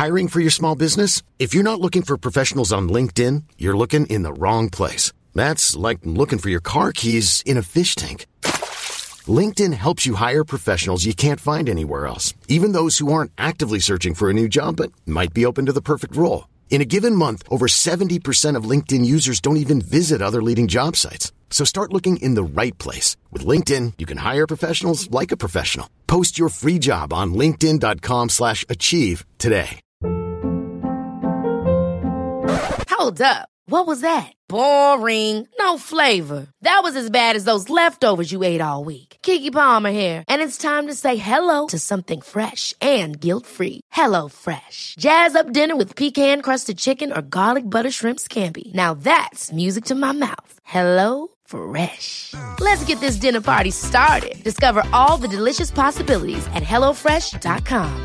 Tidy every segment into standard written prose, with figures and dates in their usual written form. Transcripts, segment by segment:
Hiring for your small business? If you're not looking for professionals on LinkedIn, you're looking in the wrong place. That's like looking for your car keys in a fish tank. LinkedIn helps you hire professionals you can't find anywhere else, even those who aren't actively searching for a new job but might be open to the perfect role. In a given month, over 70% of LinkedIn users don't even visit other leading job sites. So start looking in the right place. With LinkedIn, you can hire professionals like a professional. Post your free job on linkedin.com/achieve today. Hold up. What was that? Boring. No flavor. That was as bad as those leftovers you ate all week. Keke Palmer here, and it's time to say hello to something fresh and guilt-free. Hello Fresh. Jazz up dinner with pecan-crusted chicken or garlic butter shrimp scampi. Now that's music to my mouth. Hello Fresh. Let's get this dinner party started. Discover all the delicious possibilities at hellofresh.com.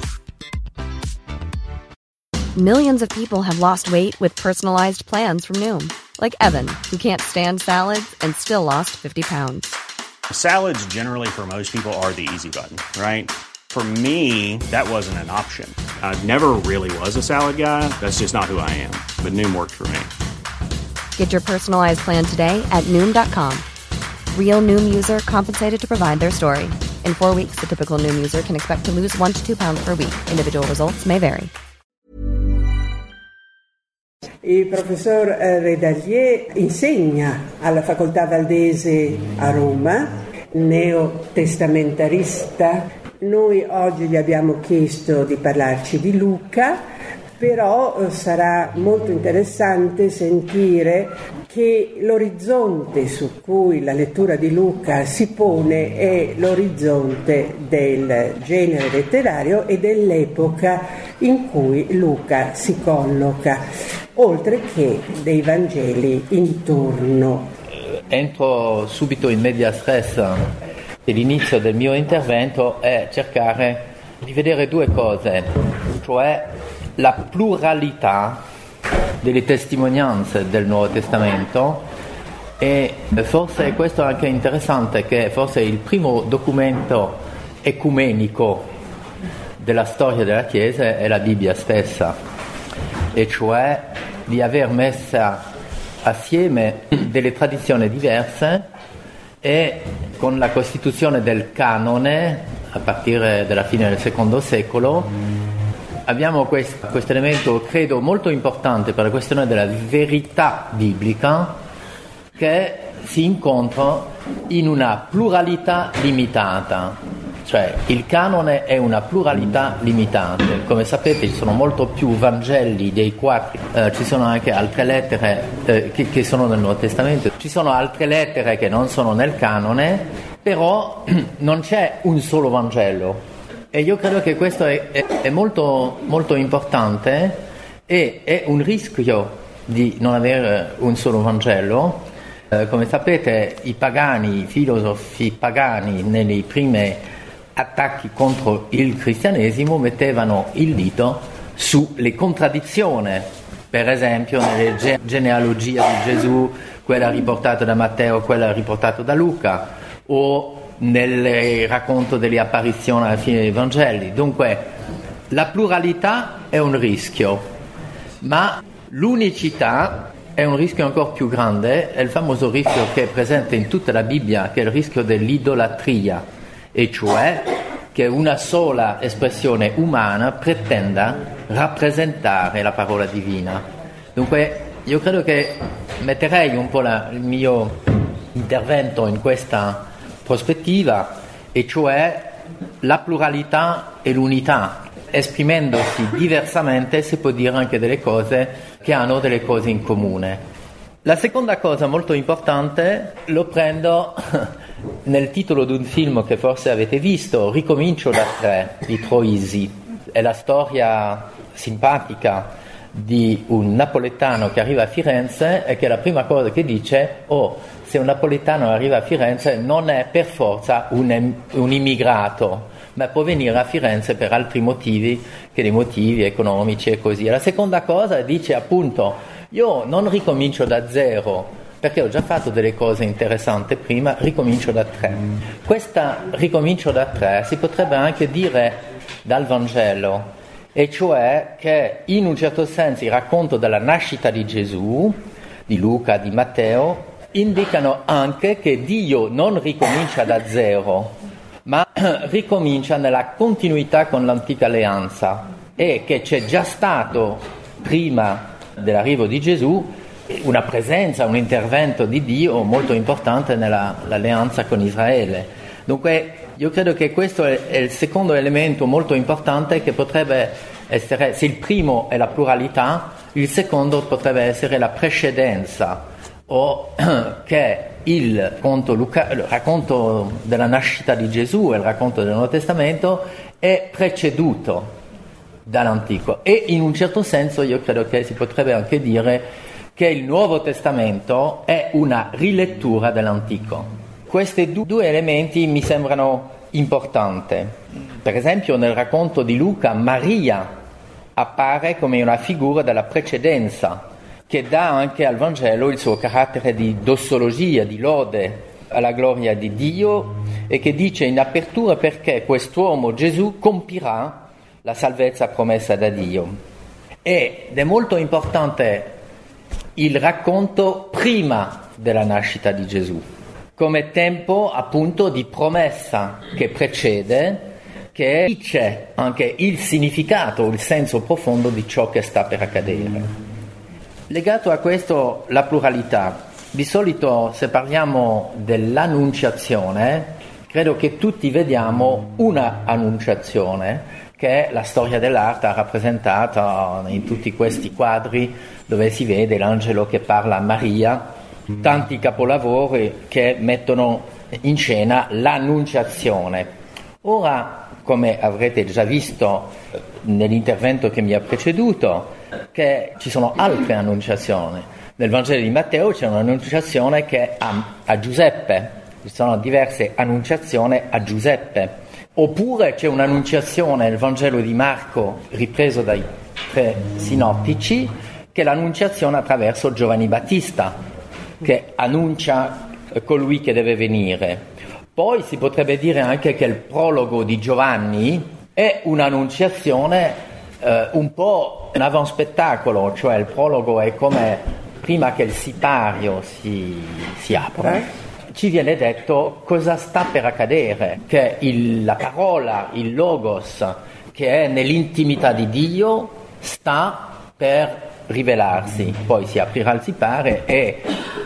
Millions of people have lost weight with personalized plans from Noom. Like Evan, who can't stand salads and still lost 50 pounds. Salads generally for most people are the easy button, right? For me, that wasn't an option. I never really was a salad guy. That's just not who I am. But Noom worked for me. Get your personalized plan today at Noom.com. Real Noom user compensated to provide their story. In 4 weeks, the typical Noom user can expect to lose 1 to 2 pounds per week. Individual results may vary. Il professor Redalier insegna alla Facoltà Valdese a Roma, neotestamentarista. Noi oggi gli abbiamo chiesto di parlarci di Luca, però sarà molto interessante sentire che l'orizzonte su cui la lettura di Luca si pone è l'orizzonte del genere letterario e dell'epoca in cui Luca si colloca, oltre che dei Vangeli intorno. Entro subito in medias res e l'inizio del mio intervento è cercare di vedere due cose, cioè la pluralità delle testimonianze del Nuovo Testamento, e forse questo è anche interessante, che forse il primo documento ecumenico della storia della Chiesa è la Bibbia stessa, e cioè di aver messa assieme delle tradizioni diverse, e con la costituzione del canone a partire dalla fine del secondo secolo abbiamo questo elemento, credo, molto importante per la questione della verità biblica, che si incontra in una pluralità limitata. Cioè il canone è una pluralità limitata. Come sapete ci sono molto più Vangeli dei 4, ci sono anche altre lettere che sono nel Nuovo Testamento, ci sono altre lettere che non sono nel canone, però non c'è un solo Vangelo. E io credo che questo è molto, molto importante, e è un rischio di non avere un solo Vangelo. Come sapete i pagani, i filosofi pagani, nei primi attacchi contro il cristianesimo mettevano il dito sulle contraddizioni, per esempio nelle genealogie di Gesù, quella riportata da Matteo, quella riportata da Luca, o nel racconto delle apparizioni alla fine dei Vangeli. Dunque la pluralità è un rischio, ma l'unicità è un rischio ancora più grande, è il famoso rischio che è presente in tutta la Bibbia, che è il rischio dell'idolatria, e cioè che una sola espressione umana pretenda rappresentare la parola divina. Dunque io credo che metterei un po' il mio intervento in questa prospettiva, e cioè la pluralità e l'unità. Esprimendosi diversamente si può dire anche delle cose che hanno delle cose in comune. La seconda cosa molto importante lo prendo nel titolo di un film che forse avete visto, Ricomincio da 3 di Troisi. È la storia simpatica di un napoletano che arriva a Firenze e che la prima cosa che dice: se un napoletano arriva a Firenze non è per forza un immigrato, ma può venire a Firenze per altri motivi che dei motivi economici e così. La seconda cosa dice appunto: io non ricomincio da zero, perché ho già fatto delle cose interessanti prima, ricomincio da 3. Questa ricomincio da 3 si potrebbe anche dire dal Vangelo, e cioè che in un certo senso il racconto della nascita di Gesù, di Luca, di Matteo, indicano anche che Dio non ricomincia da zero, ma ricomincia nella continuità con l'antica alleanza e che c'è già stato, prima dell'arrivo di Gesù, una presenza, un intervento di Dio molto importante nell'alleanza con Israele. Dunque io credo che questo è il secondo elemento molto importante, che potrebbe essere, se il primo è la pluralità, il secondo potrebbe essere la precedenza, o che il racconto della nascita di Gesù e il racconto del Nuovo Testamento è preceduto dall'Antico. E in un certo senso io credo che si potrebbe anche dire che il Nuovo Testamento è una rilettura dell'Antico. Questi due elementi mi sembrano importanti. Per esempio nel racconto di Luca, Maria appare come una figura della precedenza, che dà anche al Vangelo il suo carattere di dossologia, di lode alla gloria di Dio, e che dice in apertura perché quest'uomo Gesù compirà la salvezza promessa da Dio. Ed è molto importante il racconto prima della nascita di Gesù, come tempo appunto di promessa che precede, che dice anche il significato, il senso profondo di ciò che sta per accadere. Legato a questo la pluralità. Di solito se parliamo dell'annunciazione, credo che tutti vediamo una annunciazione, che la storia dell'arte ha rappresentata in tutti questi quadri dove si vede l'angelo che parla a Maria, tanti capolavori che mettono in scena l'annunciazione. Ora, come avrete già visto nell'intervento che mi ha preceduto, che ci sono altre annunciazioni. Nel Vangelo di Matteo c'è un'annunciazione che a Giuseppe, ci sono diverse annunciazioni a Giuseppe. Oppure c'è un'annunciazione nel Vangelo di Marco, ripreso dai 3 sinottici, che è l'annunciazione attraverso Giovanni Battista, che annuncia colui che deve venire. Poi si potrebbe dire anche che il prologo di Giovanni è un'annunciazione un po' un avanspettacolo, cioè il prologo è come prima che il sipario si apra. Ci viene detto cosa sta per accadere, che la parola, il logos, che è nell'intimità di Dio, sta per rivelarsi, poi si aprirà il sipario e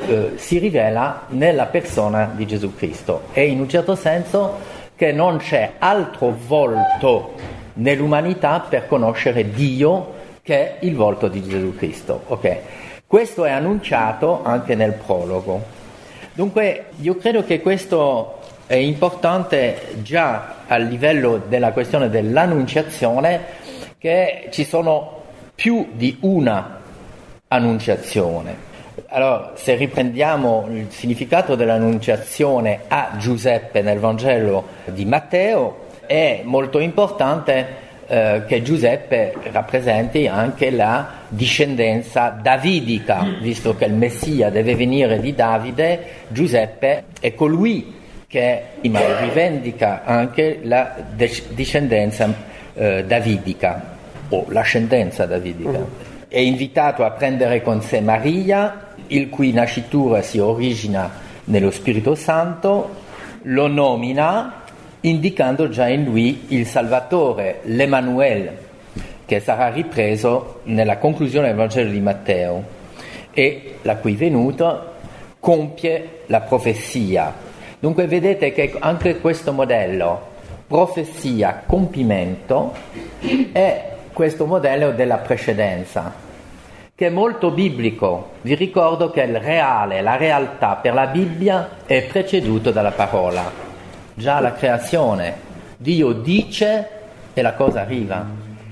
si rivela nella persona di Gesù Cristo. E in un certo senso che non c'è altro volto nell'umanità per conoscere Dio che il volto di Gesù Cristo. Okay. Questo è annunciato anche nel prologo. Dunque io credo che questo è importante già a livello della questione dell'annunciazione, che ci sono più di una annunciazione. Allora, se riprendiamo il significato dell'annunciazione a Giuseppe nel Vangelo di Matteo, è molto importante che Giuseppe rappresenti anche la discendenza davidica, visto che il Messia deve venire di Davide. Giuseppe è colui che rivendica anche la discendenza davidica o l'ascendenza davidica. È invitato a prendere con sé Maria, il cui nascitura si origina nello Spirito Santo, lo nomina indicando già in lui il Salvatore, l'Emanuele, che sarà ripreso nella conclusione del Vangelo di Matteo, e la cui venuta compie la profezia. Dunque vedete che anche questo modello, profezia, compimento, è questo modello della precedenza, che è molto biblico. Vi ricordo che il reale, la realtà per la Bibbia è preceduto dalla parola. Già la creazione, Dio dice e la cosa arriva.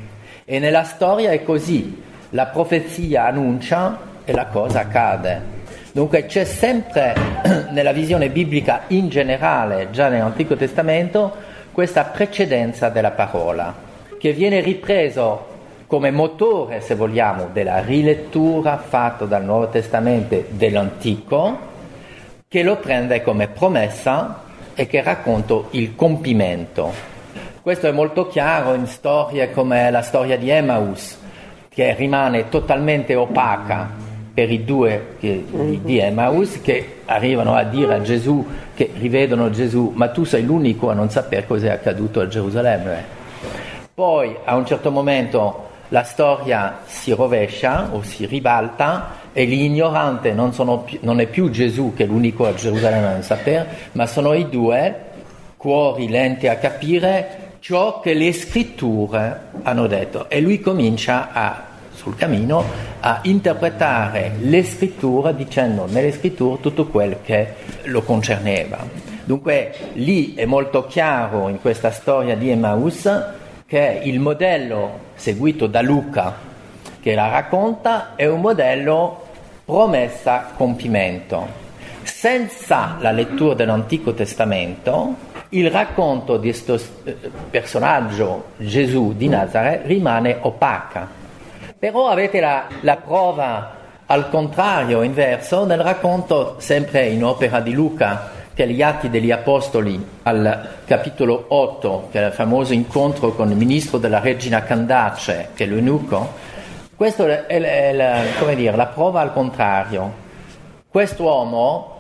E nella storia è così, la profezia annuncia e la cosa accade. Dunque c'è sempre nella visione biblica in generale, già nell'Antico Testamento, questa precedenza della parola, che viene ripreso come motore, se vogliamo, della rilettura fatta dal Nuovo Testamento dell'Antico, che lo prende come promessa e che racconta il compimento. Questo è molto chiaro in storie come la storia di Emmaus, che rimane totalmente opaca per i due di Emmaus, che arrivano a dire a Gesù, che rivedono Gesù, ma tu sei l'unico a non sapere cosa è accaduto a Gerusalemme. Poi a un certo momento la storia si rovescia o si ribalta e l'ignorante non è più Gesù, che è l'unico a Gerusalemme a non sapere, ma sono i due cuori lenti a capire ciò che le scritture hanno detto, e lui comincia sul cammino a interpretare le scritture dicendo nelle scritture tutto quel che lo concerneva. Dunque lì è molto chiaro in questa storia di Emmaus che il modello seguito da Luca, che la racconta, è un modello promessa compimento. Senza la lettura dell'Antico Testamento, il racconto di questo personaggio Gesù di Nazareth rimane opaca. Però avete la prova al contrario, inverso, nel racconto sempre in opera di Luca, che è gli Atti degli Apostoli, al capitolo 8, che è il famoso incontro con il ministro della regina Candace, che è l'eunuco. Questo è la prova al contrario. Quest'uomo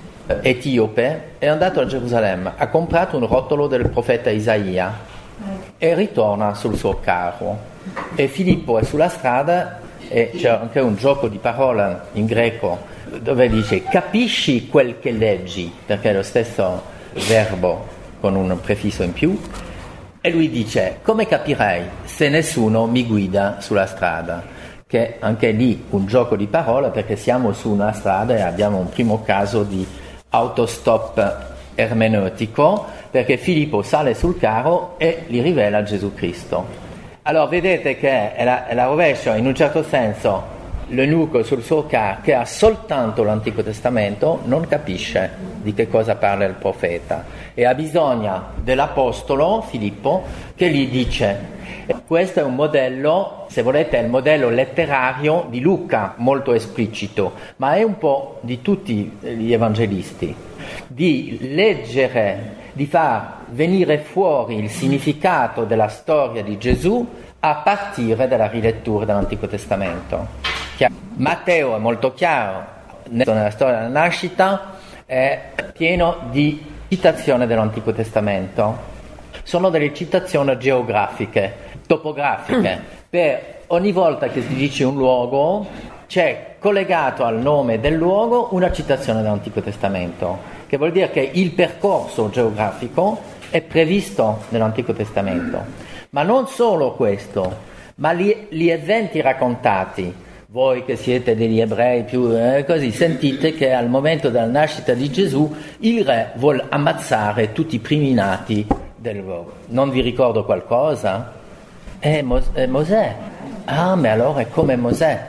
etiope è andato a Gerusalemme, ha comprato un rotolo del profeta Isaia e ritorna sul suo carro. E Filippo è sulla strada e c'è anche un gioco di parole in greco dove dice capisci quel che leggi, perché è lo stesso verbo con un prefisso in più, e lui dice come capirei se nessuno mi guida sulla strada, che anche lì un gioco di parole, perché siamo su una strada e abbiamo un primo caso di autostop ermeneutico, perché Filippo sale sul carro e gli rivela Gesù Cristo. Allora vedete che è la rovescia, in un certo senso l'eunuco sul suo carro, che ha soltanto l'Antico Testamento, non capisce di che cosa parla il profeta e ha bisogno dell'apostolo Filippo che gli dice. Questo è un modello, se volete, è il modello letterario di Luca, molto esplicito, ma è un po' di tutti gli evangelisti, di leggere, di far venire fuori il significato della storia di Gesù a partire dalla rilettura dell'Antico Testamento. Matteo è molto chiaro, nella storia della nascita è pieno di citazioni dell'Antico Testamento. Sono delle citazioni geografiche, topografiche, per ogni volta che si dice un luogo c'è collegato al nome del luogo una citazione dell'Antico Testamento, che vuol dire che il percorso geografico è previsto nell'Antico Testamento. Ma non solo questo, ma gli eventi raccontati. Voi che siete degli ebrei più così, sentite che al momento della nascita di Gesù il re vuole ammazzare tutti i primi nati del luogo. Non vi ricordo qualcosa? È Mosè. Ah, ma allora è come Mosè.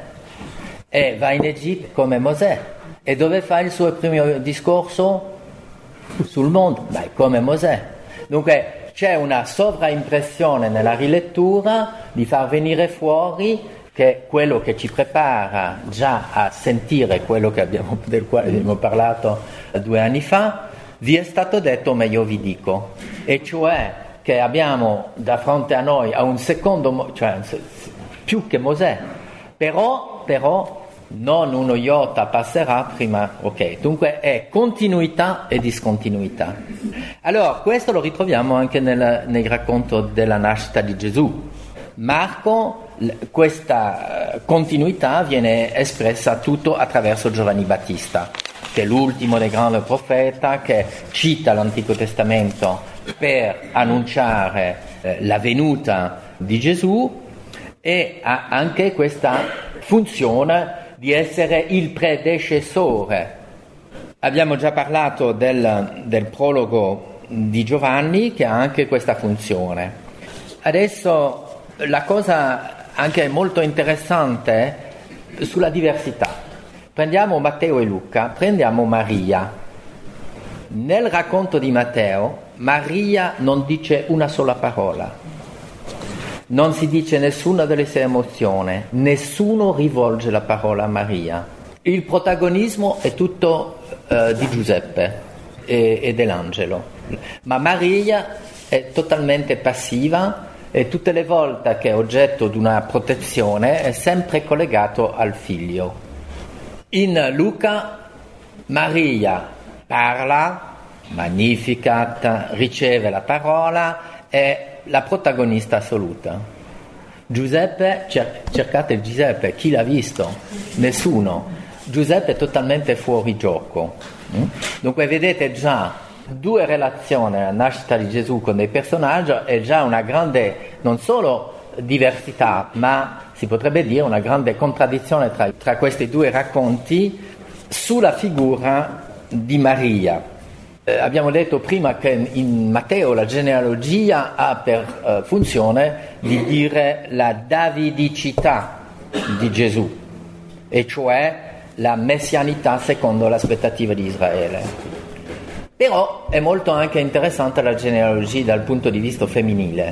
E va in Egitto come Mosè. E dove fa il suo primo discorso? Sul mondo. Ma è come Mosè. Dunque c'è una sovraimpressione nella rilettura di far venire fuori che quello che ci prepara già a sentire quello del quale abbiamo parlato 2 anni fa, vi è stato detto ma io vi dico, e cioè che abbiamo da fronte a noi a un secondo, cioè più che Mosè, però non uno iota passerà prima, ok, dunque è continuità e discontinuità. Allora questo lo ritroviamo anche nel racconto della nascita di Gesù. Marco, questa continuità viene espressa tutto attraverso Giovanni Battista, che è l'ultimo dei grandi profeti, che cita l'Antico Testamento per annunciare la venuta di Gesù, e ha anche questa funzione di essere il predecessore. Abbiamo già parlato del prologo di Giovanni, che ha anche questa funzione. Adesso la cosa anche molto interessante sulla diversità. Prendiamo Matteo e Luca, prendiamo Maria. Nel racconto di Matteo, Maria non dice una sola parola, non si dice nessuna delle sue emozioni, nessuno rivolge la parola a Maria. Il protagonismo è tutto di Giuseppe e dell'angelo, ma Maria è totalmente passiva e tutte le volte che è oggetto di una protezione è sempre collegato al figlio. In Luca Maria parla, Magnificat, riceve la parola, è la protagonista assoluta. Giuseppe, cercate Giuseppe, chi l'ha visto? Nessuno. Giuseppe è totalmente fuori gioco. Dunque vedete già due relazioni alla nascita di Gesù con dei personaggi è già una grande, non solo diversità, ma si potrebbe dire una grande contraddizione tra questi due racconti sulla figura di Maria. Abbiamo detto prima che in Matteo la genealogia ha per funzione di dire la davidicità di Gesù, e cioè la messianità secondo l'aspettativa di Israele. Però è molto anche interessante la genealogia dal punto di vista femminile,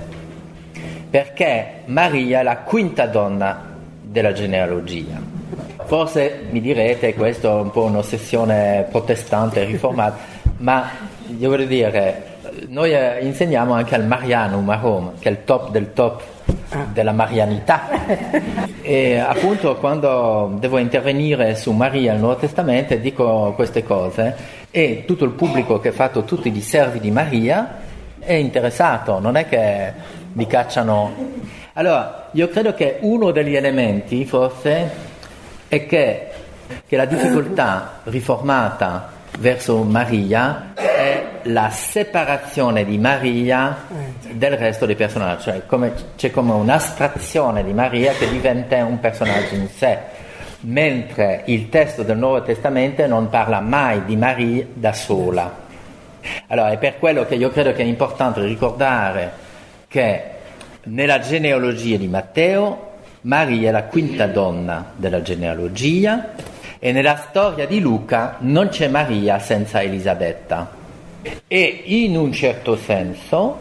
perché Maria è la quinta donna della genealogia. Forse mi direte questo è un po' un'ossessione protestante riformata, ma io voglio dire, noi insegniamo anche al Marianum a Roma, che è il top del top della marianità, e appunto quando devo intervenire su Maria nel Nuovo Testamento dico queste cose e tutto il pubblico che ha fatto tutti i servi di Maria è interessato, non è che mi cacciano. Allora io credo che uno degli elementi forse è che la difficoltà riformata verso Maria è la separazione di Maria del resto dei personaggi, cioè c'è come un'astrazione di Maria che diventa un personaggio in sé, mentre il testo del Nuovo Testamento non parla mai di Maria da sola. Allora è per quello che io credo che è importante ricordare che nella genealogia di Matteo Maria è la quinta donna della genealogia, e nella storia di Luca non c'è Maria senza Elisabetta. E in un certo senso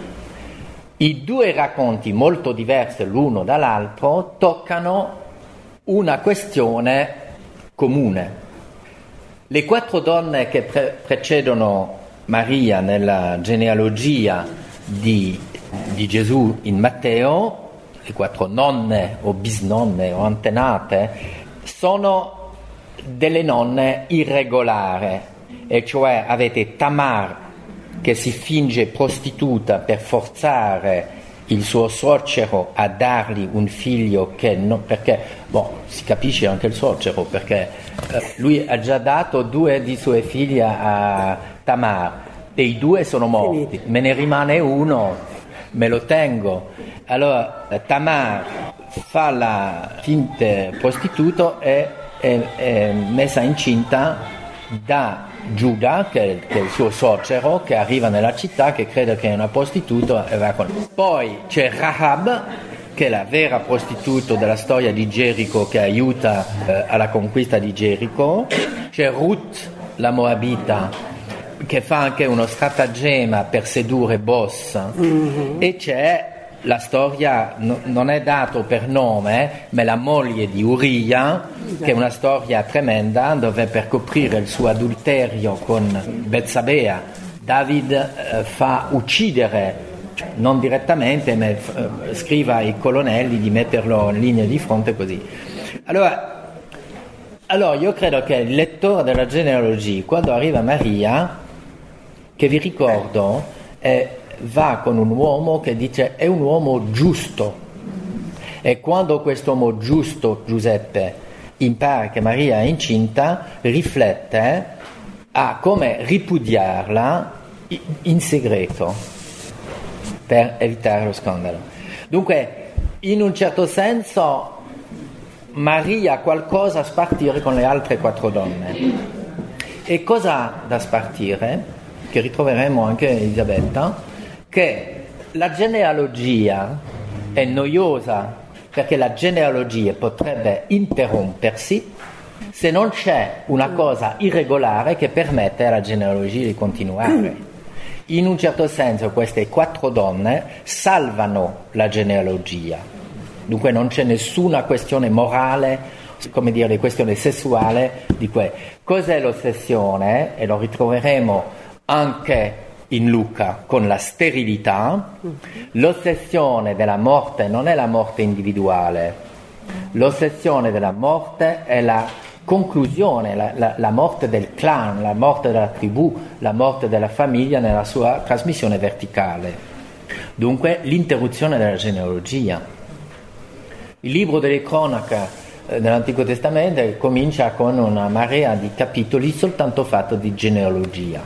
i due racconti molto diversi l'uno dall'altro toccano una questione comune. Le quattro donne che precedono Maria nella genealogia di Gesù in Matteo, le quattro nonne o bisnonne o antenate, sono delle nonne irregolari, e cioè avete Tamar che si finge prostituta per forzare il suo suocero a dargli un figlio che non, perché si capisce anche il suocero, perché lui ha già dato 2 di suoi figli a Tamar e i 2 sono morti, me ne rimane uno, me lo tengo. Allora Tamar fa la finta prostituta e è messa incinta da Giuda, che è il suo suocero, che arriva nella città, che crede che è una prostituta e va con. Poi c'è Rahab, che è la vera prostituta della storia di Gerico, che aiuta alla conquista di Gerico. C'è Ruth, la Moabita, che fa anche uno stratagemma per sedurre Boss. E c'è la storia, non è dato per nome, ma è la moglie di Uria, che è una storia tremenda, dove per coprire il suo adulterio con Betsabea David fa uccidere, non direttamente, ma scrive ai colonnelli di metterlo in linea di fronte così. Allora io credo che il lettore della genealogia, quando arriva Maria, che vi ricordo va con un uomo che dice è un uomo giusto, e quando quest'uomo giusto, Giuseppe, impara che Maria è incinta, riflette a come ripudiarla in segreto per evitare lo scandalo. Dunque in un certo senso Maria ha qualcosa a spartire con le altre 4 donne. E cosa ha da spartire? Che ritroveremo anche in Elisabetta, che la genealogia è noiosa, perché la genealogia potrebbe interrompersi se non c'è una cosa irregolare che permette alla genealogia di continuare. In un certo senso queste 4 donne salvano la genealogia, dunque non c'è nessuna questione morale, come dire, questione sessuale di cos'è l'ossessione, e lo ritroveremo anche in Luca con la sterilità. L'ossessione della morte non è la morte individuale, l'ossessione della morte è la conclusione, la morte del clan, la morte della tribù, la morte della famiglia nella sua trasmissione verticale. Dunque l'interruzione della genealogia. Il libro delle cronache nell'Antico Testamento comincia con una marea di capitoli soltanto fatto di genealogia.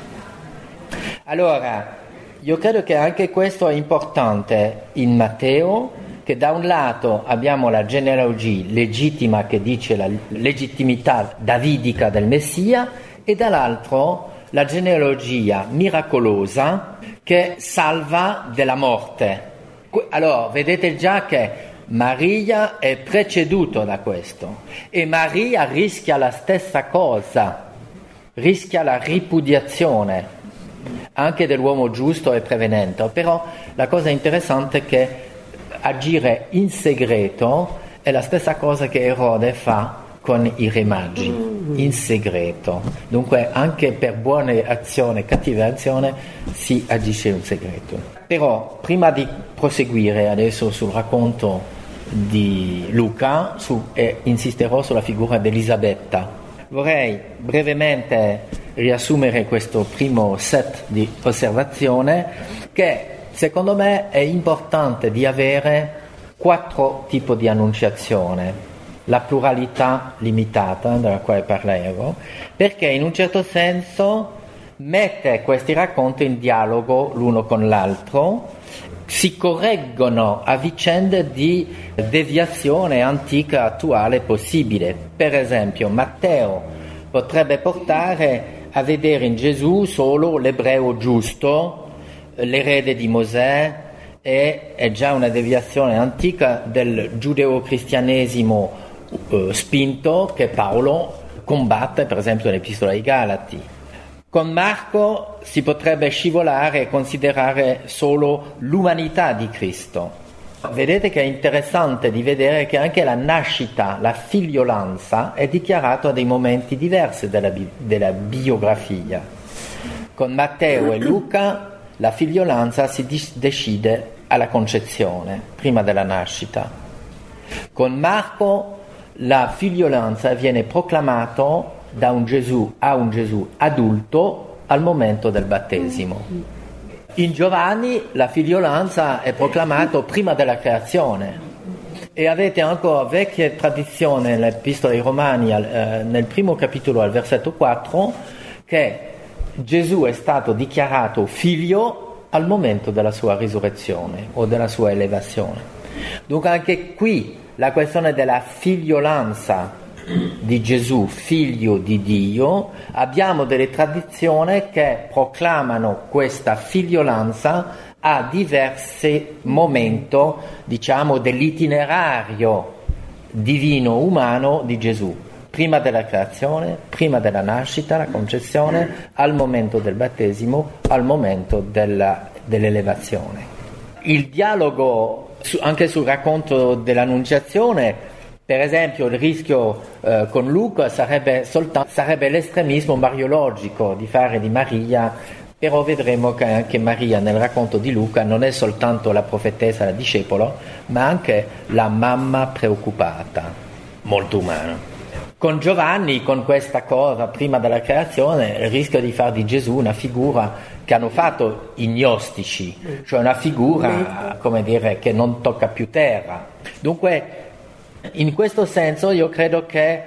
Allora, io credo che anche questo è importante in Matteo, che da un lato abbiamo la genealogia legittima che dice la legittimità davidica del Messia, e dall'altro la genealogia miracolosa che salva della morte. Allora, vedete già che Maria è preceduto da questo, e Maria rischia la stessa cosa, rischia la ripudiazione anche dell'uomo giusto e prevenente. Però la cosa interessante è che agire in segreto è la stessa cosa che Erode fa con i re magi, in segreto. Dunque anche per buone azioni, cattive azioni, si agisce in segreto. Però prima di proseguire adesso sul racconto di Luca, insisterò sulla figura di Elisabetta. Vorrei brevemente riassumere questo primo set di osservazione, che secondo me è importante di avere 4 tipi di annunciazione, la pluralità limitata della quale parlerò, perché in un certo senso mette questi racconti in dialogo l'uno con l'altro, si correggono a vicende di deviazione antica attuale possibile. Per esempio Matteo potrebbe portare a vedere in Gesù solo l'ebreo giusto, l'erede di Mosè, e è già una deviazione antica del giudeo-cristianesimo spinto che Paolo combatte per esempio nell'Epistola ai Galati. Con Marco si potrebbe scivolare e considerare solo l'umanità di Cristo. Vedete che è interessante di vedere che anche la nascita, la figliolanza, è dichiarata a dei momenti diversi della biografia. Con Matteo e Luca la figliolanza si decide alla concezione, prima della nascita. Con Marco la figliolanza viene proclamata da un Gesù a un Gesù adulto al momento del battesimo. In Giovanni la figliolanza è proclamata prima della creazione, e avete ancora vecchie tradizioni nell'Epistola ai Romani nel primo capitolo al versetto 4 che Gesù è stato dichiarato figlio al momento della sua risurrezione o della sua elevazione. Dunque anche qui la questione della figliolanza di Gesù, figlio di Dio, abbiamo delle tradizioni che proclamano questa figliolanza a diversi momenti, diciamo, dell'itinerario divino-umano di Gesù, prima della creazione, prima della nascita, la concezione, al momento del battesimo, al momento dell'elevazione. Il dialogo anche sul racconto dell'Annunciazione, per esempio il rischio con Luca sarebbe l'estremismo mariologico di fare di Maria, però vedremo che anche Maria nel racconto di Luca non è soltanto la profetessa, la discepolo, ma anche la mamma preoccupata, molto umana. Con Giovanni, con questa cosa prima della creazione, il rischio di far di Gesù una figura che hanno fatto i gnostici, cioè una figura, come dire, che non tocca più terra. Dunque, in questo senso io credo che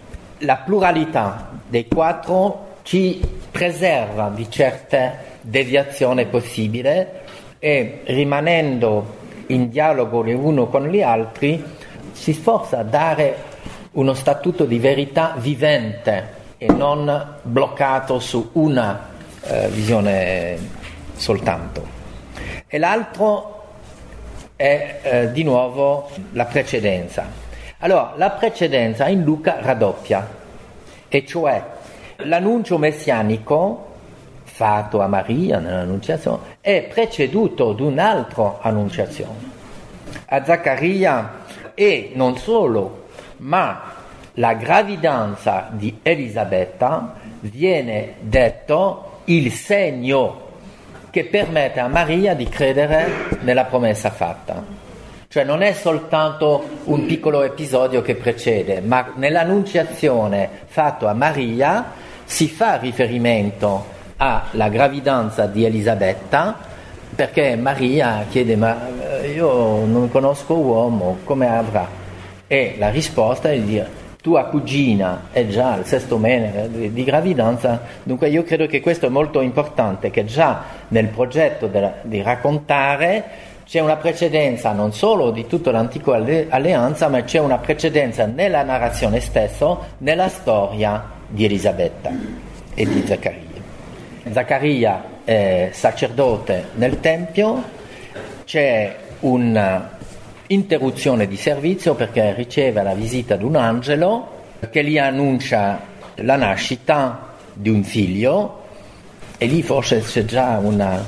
la pluralità dei 4 ci preserva di certe deviazioni possibili, e rimanendo in dialogo l'uno con gli altri si sforza a dare uno statuto di verità vivente e non bloccato su una visione soltanto. E l'altro è di nuovo la precedenza. Allora, la precedenza in Luca raddoppia, e cioè l'annuncio messianico fatto a Maria nell'annunciazione è preceduto da un'altra annunciazione a Zaccaria, e non solo, ma la gravidanza di Elisabetta viene detto il segno che permette a Maria di credere nella promessa fatta. Cioè non è soltanto un piccolo episodio che precede, ma nell'annunciazione fatta a Maria si fa riferimento alla gravidanza di Elisabetta, perché Maria chiede: ma io non conosco uomo, come avrà? E la risposta è di dire: tua cugina è già al 6° mese di gravidanza. Dunque io credo che questo è molto importante, che già nel progetto di raccontare c'è una precedenza non solo di tutta l'antica alleanza, ma c'è una precedenza nella narrazione stessa, nella storia di Elisabetta e di Zaccaria. Zaccaria è sacerdote nel Tempio, c'è un'interruzione di servizio perché riceve la visita di un angelo che gli annuncia la nascita di un figlio, e lì forse c'è già una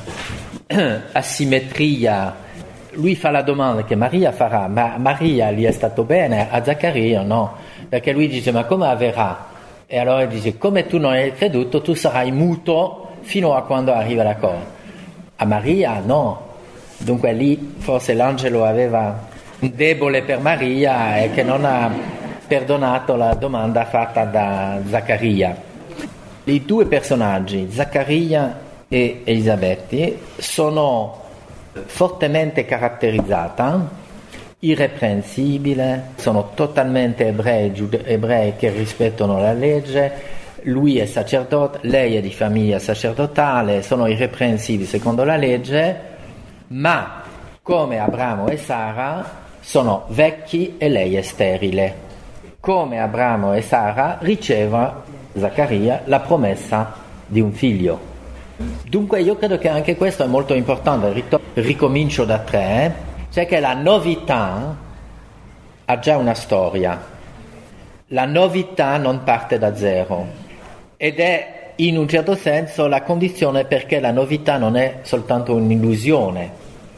asimmetria. Lui fa la domanda che Maria farà: ma Maria gli è stato bene, a Zaccaria no, perché lui dice: ma come avverrà? E allora dice: come tu non hai creduto, tu sarai muto fino a quando arriva la cosa. A Maria no. Dunque lì forse l'angelo aveva un debole per Maria e che non ha perdonato la domanda fatta da Zaccaria. I due personaggi, Zaccaria e Elisabetta, sono fortemente caratterizzata, irreprensibile, sono totalmente ebrei che rispettano la legge. Lui è sacerdote, lei è di famiglia sacerdotale, sono irreprensibili secondo la legge, ma come Abramo e Sara sono vecchi e lei è sterile. Come Abramo e Sara riceve Zaccaria la promessa di un figlio. Dunque io credo che anche questo è molto importante. Ricomincio da 3, cioè che la novità ha già una storia. La novità non parte da zero ed è in un certo senso la condizione perché la novità non è soltanto un'illusione,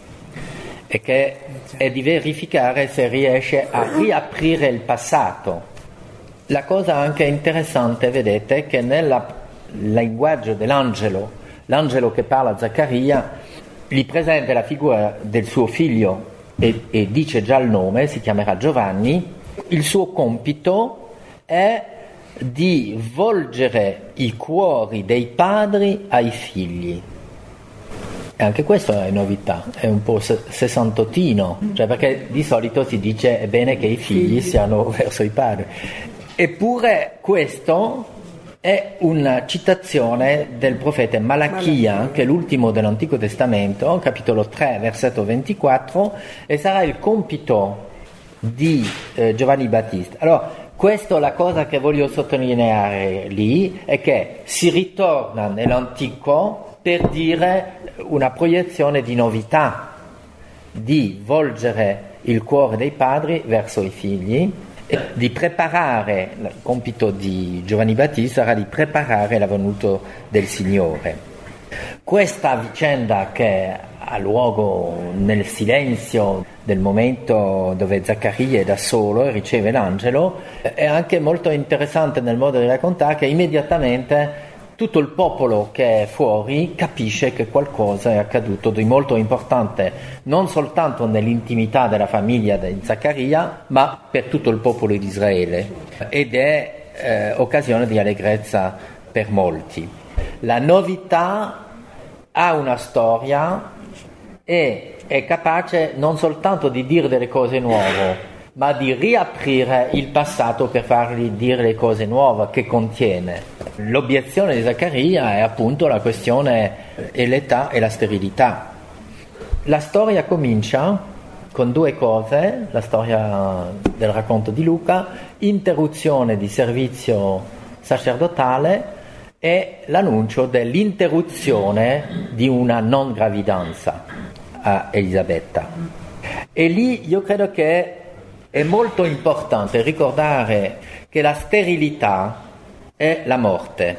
e che è di verificare se riesce a riaprire il passato. La cosa anche interessante, vedete, è che nel linguaggio dell'angelo, l'angelo che parla a Zaccaria gli presenta la figura del suo figlio e dice già il nome, si chiamerà Giovanni. Il suo compito è di volgere i cuori dei padri ai figli. E anche questo è novità, è un po' sessantotino, cioè perché di solito si dice è bene che i figli siano verso i padri. Eppure questo è una citazione del profeta Malachia, che è l'ultimo dell'Antico Testamento, capitolo 3, versetto 24, e sarà il compito di Giovanni Battista. Allora, questa è la cosa che voglio sottolineare lì, è che si ritorna nell'Antico per dire una proiezione di novità, di volgere il cuore dei padri verso i figli, e di preparare, il compito di Giovanni Battista sarà di preparare la venuta del Signore. Questa vicenda che ha luogo nel silenzio del momento dove Zaccaria è da solo e riceve l'angelo è anche molto interessante nel modo di raccontare, che immediatamente tutto il popolo che è fuori capisce che qualcosa è accaduto di molto importante, non soltanto nell'intimità della famiglia di Zaccaria, ma per tutto il popolo di Israele, ed è occasione di allegrezza per molti. La novità ha una storia e è capace non soltanto di dire delle cose nuove, ma di riaprire il passato per fargli dire le cose nuove che contiene. L'obiezione di Zaccaria è appunto la questione e l'età e la sterilità. La storia comincia con due cose: la storia del racconto di Luca, interruzione di servizio sacerdotale, e l'annuncio dell'interruzione di una non gravidanza a Elisabetta. E lì io credo che è molto importante ricordare che la sterilità è la morte.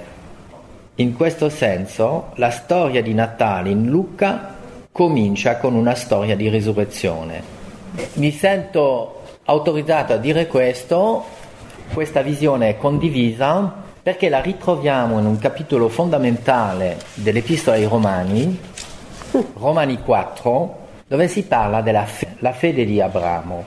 In questo senso la storia di Natale in Luca comincia con una storia di risurrezione. Mi sento autorizzato a dire questo, questa visione è condivisa perché la ritroviamo in un capitolo fondamentale dell'Epistola ai Romani, Romani 4, dove si parla della fede di Abramo.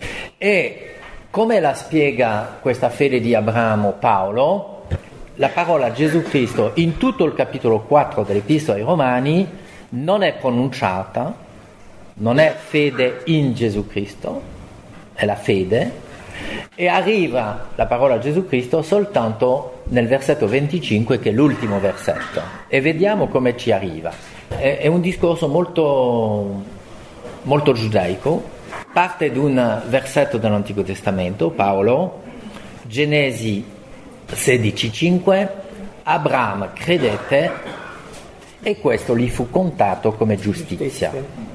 E come la spiega questa fede di Abramo Paolo? La parola Gesù Cristo in tutto il capitolo 4 dell'Epistola ai Romani non è pronunciata, non è fede in Gesù Cristo, è la fede, e arriva la parola Gesù Cristo soltanto nel versetto 25, che è l'ultimo versetto, e vediamo come ci arriva. È un discorso molto, molto giudaico, parte da un versetto dell'Antico Testamento, Paolo, Genesi 16,5, Abramo credette e questo gli fu contato come giustizia.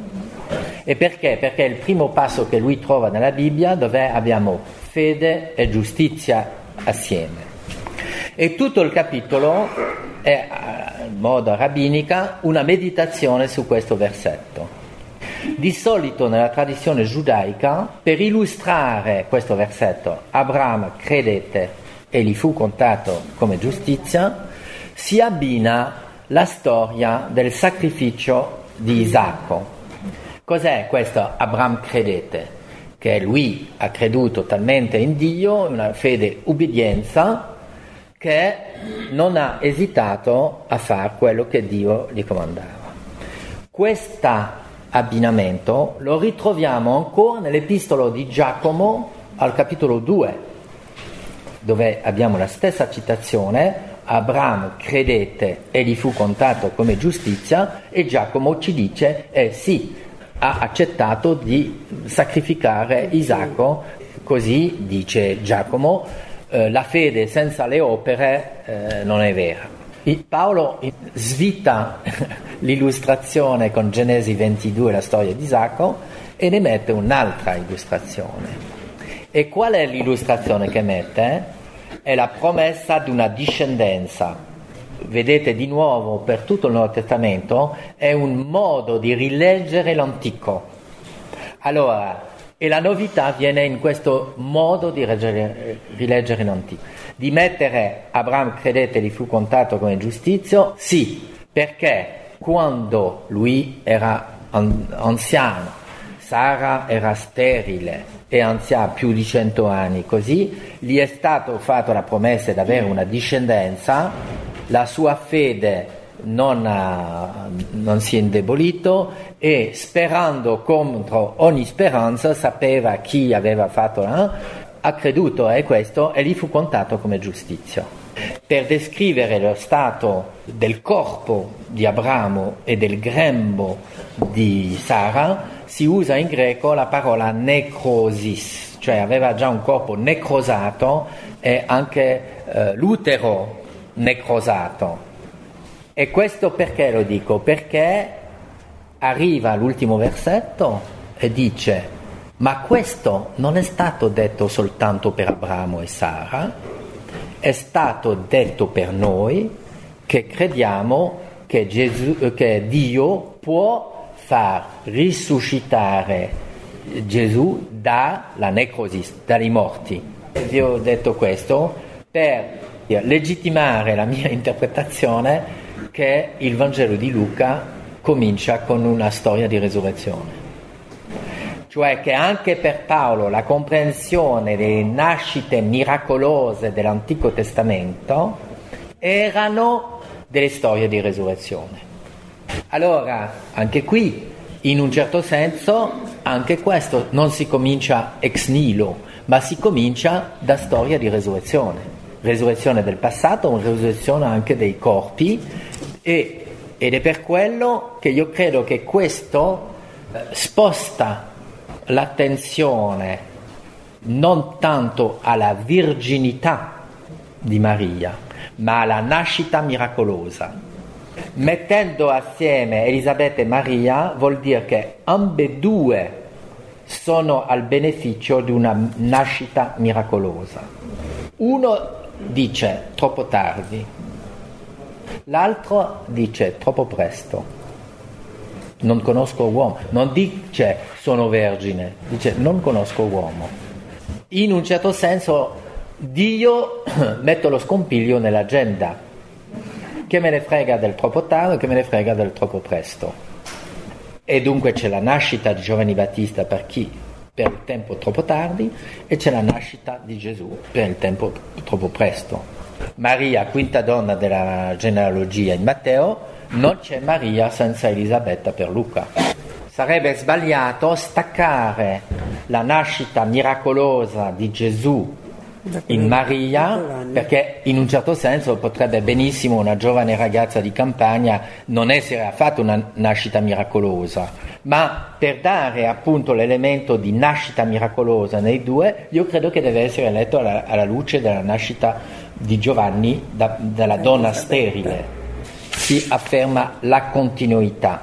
E perché? Perché è il primo passo che lui trova nella Bibbia, dove abbiamo fede e giustizia assieme. E tutto il capitolo è, in modo rabbinica, una meditazione su questo versetto. Di solito nella tradizione giudaica, per illustrare questo versetto, Abramo credette e gli fu contato come giustizia, si abbina la storia del sacrificio di Isacco. Cos'è questo Abramo credette? Che lui ha creduto talmente in Dio, una fede ubbidienza, che non ha esitato a fare quello che Dio gli comandava. Questo abbinamento lo ritroviamo ancora nell'Epistolo di Giacomo al capitolo 2, dove abbiamo la stessa citazione: Abramo credette e gli fu contato come giustizia, e Giacomo ci dice sì, ha accettato di sacrificare Isacco, così dice Giacomo, la fede senza le opere non è vera. Paolo svita l'illustrazione con Genesi 22, la storia di Isacco, e ne mette un'altra illustrazione. E qual è l'illustrazione che mette? È la promessa di una discendenza. Vedete di nuovo per tutto il Nuovo Testamento è un modo di rileggere l'Antico. Allora, e la novità viene in questo modo di rileggere l'Antico. Di mettere Abramo credette e gli fu contato come giustizia, sì, perché quando lui era anziano, Sara era sterile e anziana più di 100 anni, così gli è stato fatto la promessa di avere una discendenza, la sua fede non si è indebolito, e sperando contro ogni speranza, sapeva chi aveva fatto, ha creduto a questo e gli fu contato come giustizia. Per descrivere lo stato del corpo di Abramo e del grembo di Sara si usa in greco la parola necrosis, cioè aveva già un corpo necrosato e anche l'utero necrosato. E questo perché lo dico? Perché arriva all'ultimo versetto e dice: ma questo non è stato detto soltanto per Abramo e Sara, è stato detto per noi che crediamo che Dio può far risuscitare Gesù dalla necrosis, dai morti. Vi ho detto questo per legittimare la mia interpretazione che il Vangelo di Luca comincia con una storia di resurrezione. Cioè che anche per Paolo la comprensione delle nascite miracolose dell'Antico Testamento erano delle storie di resurrezione. Allora, anche qui, in un certo senso, anche questo non si comincia ex nihilo, ma si comincia da storia di resurrezione. Resurrezione del passato, una resurrezione anche dei corpi, ed è per quello che io credo che questo sposta l'attenzione non tanto alla virginità di Maria, ma alla nascita miracolosa. Mettendo assieme Elisabetta e Maria vuol dire che ambedue sono al beneficio di una nascita miracolosa. Uno dice troppo tardi, l'altro dice troppo presto. Non conosco uomo, non dice sono vergine, dice non conosco uomo. In un certo senso Dio mette lo scompiglio nell'agenda. Che me ne frega del troppo tardi, che me ne frega del troppo presto. e dunque c'è la nascita di Giovanni Battista per il tempo troppo tardi, e c'è la nascita di Gesù per il tempo troppo presto. Maria, quinta donna della genealogia in Matteo, non c'è Maria senza Elisabetta per Luca. Sarebbe sbagliato staccare la nascita miracolosa di Gesù in Maria, perché in un certo senso potrebbe benissimo una giovane ragazza di campagna non essere affatto una nascita miracolosa, ma per dare appunto l'elemento di nascita miracolosa nei due, io credo che deve essere letto alla luce della nascita di Giovanni dalla donna sterile. Si afferma la continuità,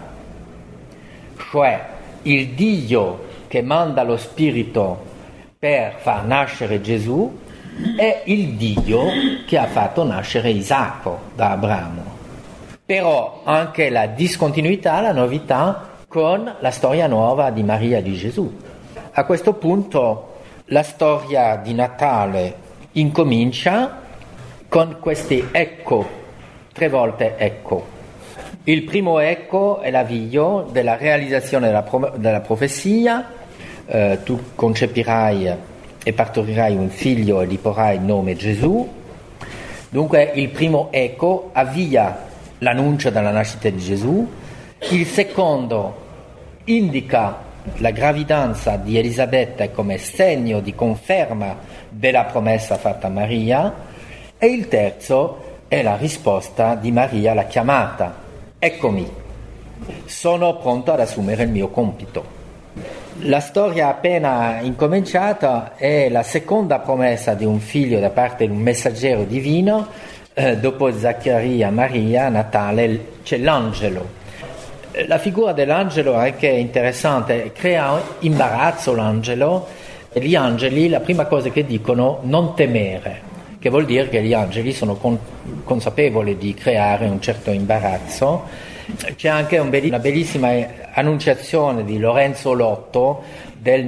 cioè il Dio che manda lo Spirito per far nascere Gesù è il Dio che ha fatto nascere Isacco da Abramo. Però anche la discontinuità, la novità con la storia nuova di Maria e di Gesù. A questo punto la storia di Natale incomincia con questi ecco, 3 volte ecco. Il primo ecco è l'avvio della realizzazione della profezia, tu concepirai e partorirai un figlio e gli porrai il nome Gesù. Dunque il primo ecco avvia l'annuncio della nascita di Gesù. Il secondo indica la gravidanza di Elisabetta come segno di conferma della promessa fatta a Maria, e il terzo è la risposta di Maria alla chiamata: eccomi, sono pronto ad assumere il mio compito. La storia appena incominciata è la seconda promessa di un figlio da parte di un messaggero divino. Dopo Zaccaria, Maria, Natale c'è l'angelo. La figura dell'angelo è anche interessante, crea imbarazzo l'angelo. Gli angeli la prima cosa che dicono: non temere, che vuol dire che gli angeli sono consapevoli di creare un certo imbarazzo. C'è anche una bellissima annunciazione di Lorenzo Lotto del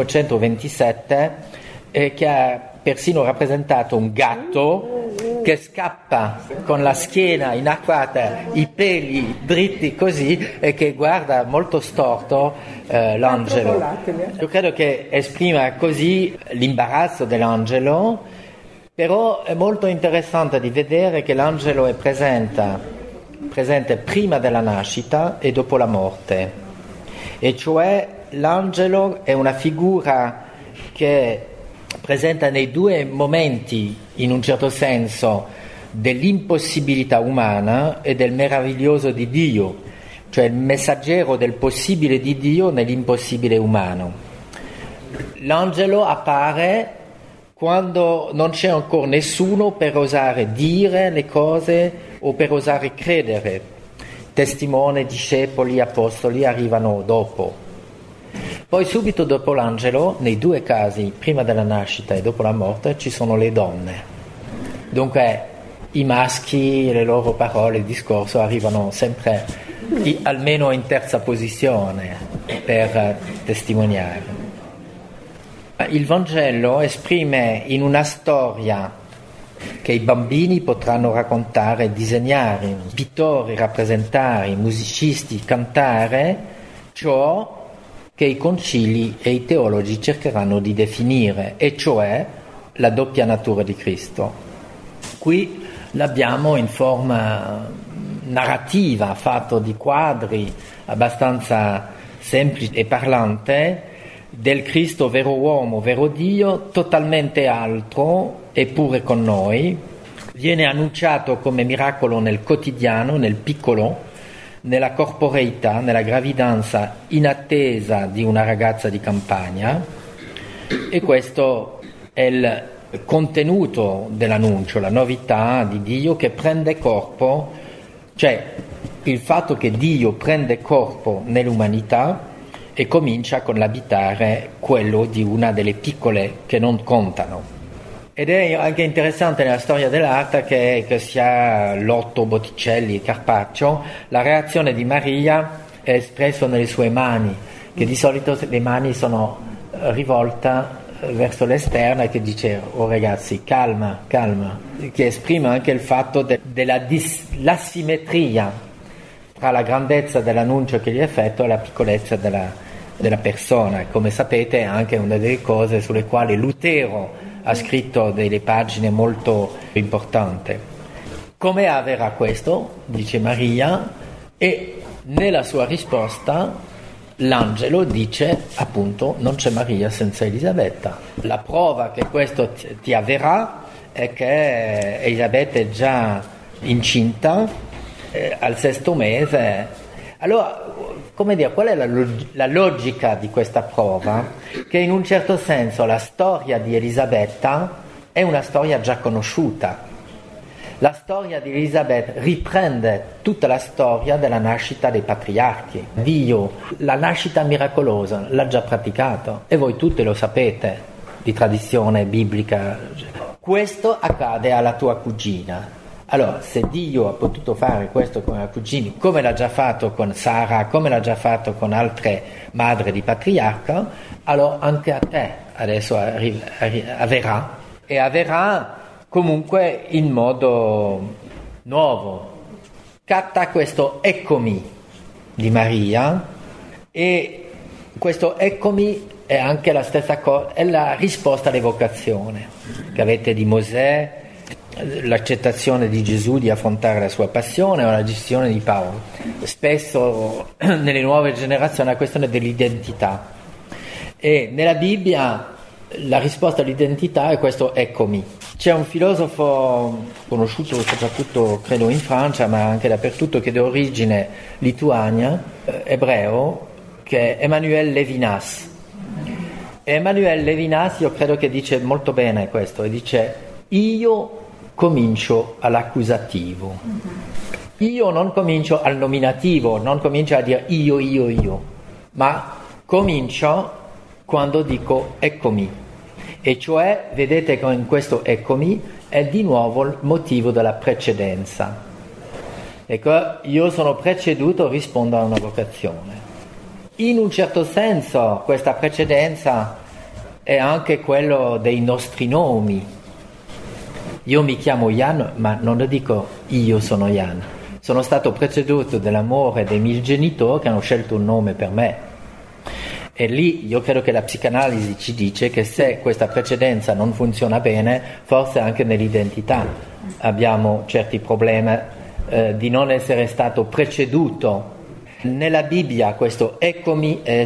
1527 che ha persino rappresentato un gatto che scappa con la schiena inarcata, i peli dritti così, e che guarda molto storto l'angelo. Io credo che esprima così l'imbarazzo dell'angelo, però è molto interessante di vedere che l'angelo è presente prima della nascita e dopo la morte, e cioè l'angelo è una figura che presenta nei due momenti, in un certo senso, dell'impossibilità umana e del meraviglioso di Dio, cioè il messaggero del possibile di Dio nell'impossibile umano. L'angelo appare quando non c'è ancora nessuno per osare dire le cose o per osare credere. Testimoni, discepoli, apostoli arrivano dopo. Poi subito dopo l'angelo, nei due casi, prima della nascita e dopo la morte, ci sono le donne. Dunque i maschi, le loro parole, il discorso arrivano sempre almeno in terza posizione per testimoniare. Il Vangelo esprime in una storia che i bambini potranno raccontare, disegnare, i pittori rappresentare, i musicisti cantare, ciò che i concili e i teologi cercheranno di definire, e cioè la doppia natura di Cristo. Qui l'abbiamo in forma narrativa, fatto di quadri abbastanza semplici e parlante, del Cristo vero uomo, vero Dio, totalmente altro eppure con noi. Viene annunciato come miracolo nel quotidiano, nel piccolo, nella corporeità, nella gravidanza inattesa di una ragazza di campagna, e questo è il contenuto dell'annuncio, la novità di Dio che prende corpo, cioè il fatto che Dio prende corpo nell'umanità e comincia con l'abitare quello di una delle piccole che non contano. Ed è anche interessante nella storia dell'arte che sia Lotto, Botticelli, Carpaccio, la reazione di Maria è espressa nelle sue mani, che di solito le mani sono rivolte verso l'esterno, e che dice: oh ragazzi, calma, calma, che esprime anche il fatto della l'asimmetria tra la grandezza dell'annuncio che gli effettua e la piccolezza della persona. Come sapete è anche una delle cose sulle quali Lutero ha scritto delle pagine molto importanti. Come avverrà questo? Dice Maria, e nella sua risposta l'angelo dice appunto non c'è Maria senza Elisabetta. La prova che questo ti avverrà è che Elisabetta è già incinta al 6° mese. Allora, come dire, qual è la logica di questa prova? Che in un certo senso la storia di Elisabetta è una storia già conosciuta. La storia di Elisabetta riprende tutta la storia della nascita dei patriarchi. Dio, la nascita miracolosa, l'ha già praticato e voi tutti lo sapete, di tradizione biblica. Questo accade alla tua cugina. Allora, se Dio ha potuto fare questo con la cugina, come l'ha già fatto con Sara, come l'ha già fatto con altre madri di patriarca, allora anche a te adesso avverrà, e avverrà comunque in modo nuovo. Catta questo eccomi di Maria, e questo eccomi è anche la stessa cosa, è la risposta all'evocazione che avete di Mosè, l'accettazione di Gesù di affrontare la sua passione o la gestione di Paolo. Spesso nelle nuove generazioni è una questione dell'identità, e nella Bibbia la risposta all'identità è questo eccomi. C'è un filosofo conosciuto soprattutto credo in Francia ma anche dappertutto, che è di origine lituania, ebreo, che è Emmanuel Levinas. Emmanuel Levinas io credo che dice molto bene questo, e dice: io comincio all'accusativo, io non comincio al nominativo, non comincio a dire io, ma comincio quando dico eccomi, e cioè vedete che in questo eccomi è di nuovo il motivo della precedenza. Ecco, io sono preceduto, rispondo a una vocazione. In un certo senso questa precedenza è anche quello dei nostri nomi. Io mi chiamo Jan, ma non lo dico io sono Jan. Sono stato preceduto dall'amore dei miei genitori che hanno scelto un nome per me. E lì io credo che la psicanalisi ci dice che se questa precedenza non funziona bene, forse anche nell'identità abbiamo certi problemi di non essere stato preceduto. Nella Bibbia questo eccomi è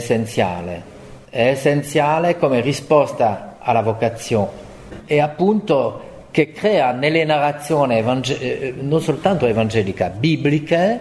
essenziale come risposta alla vocazione, e appunto che crea nelle narrazioni non soltanto evangelica, bibliche,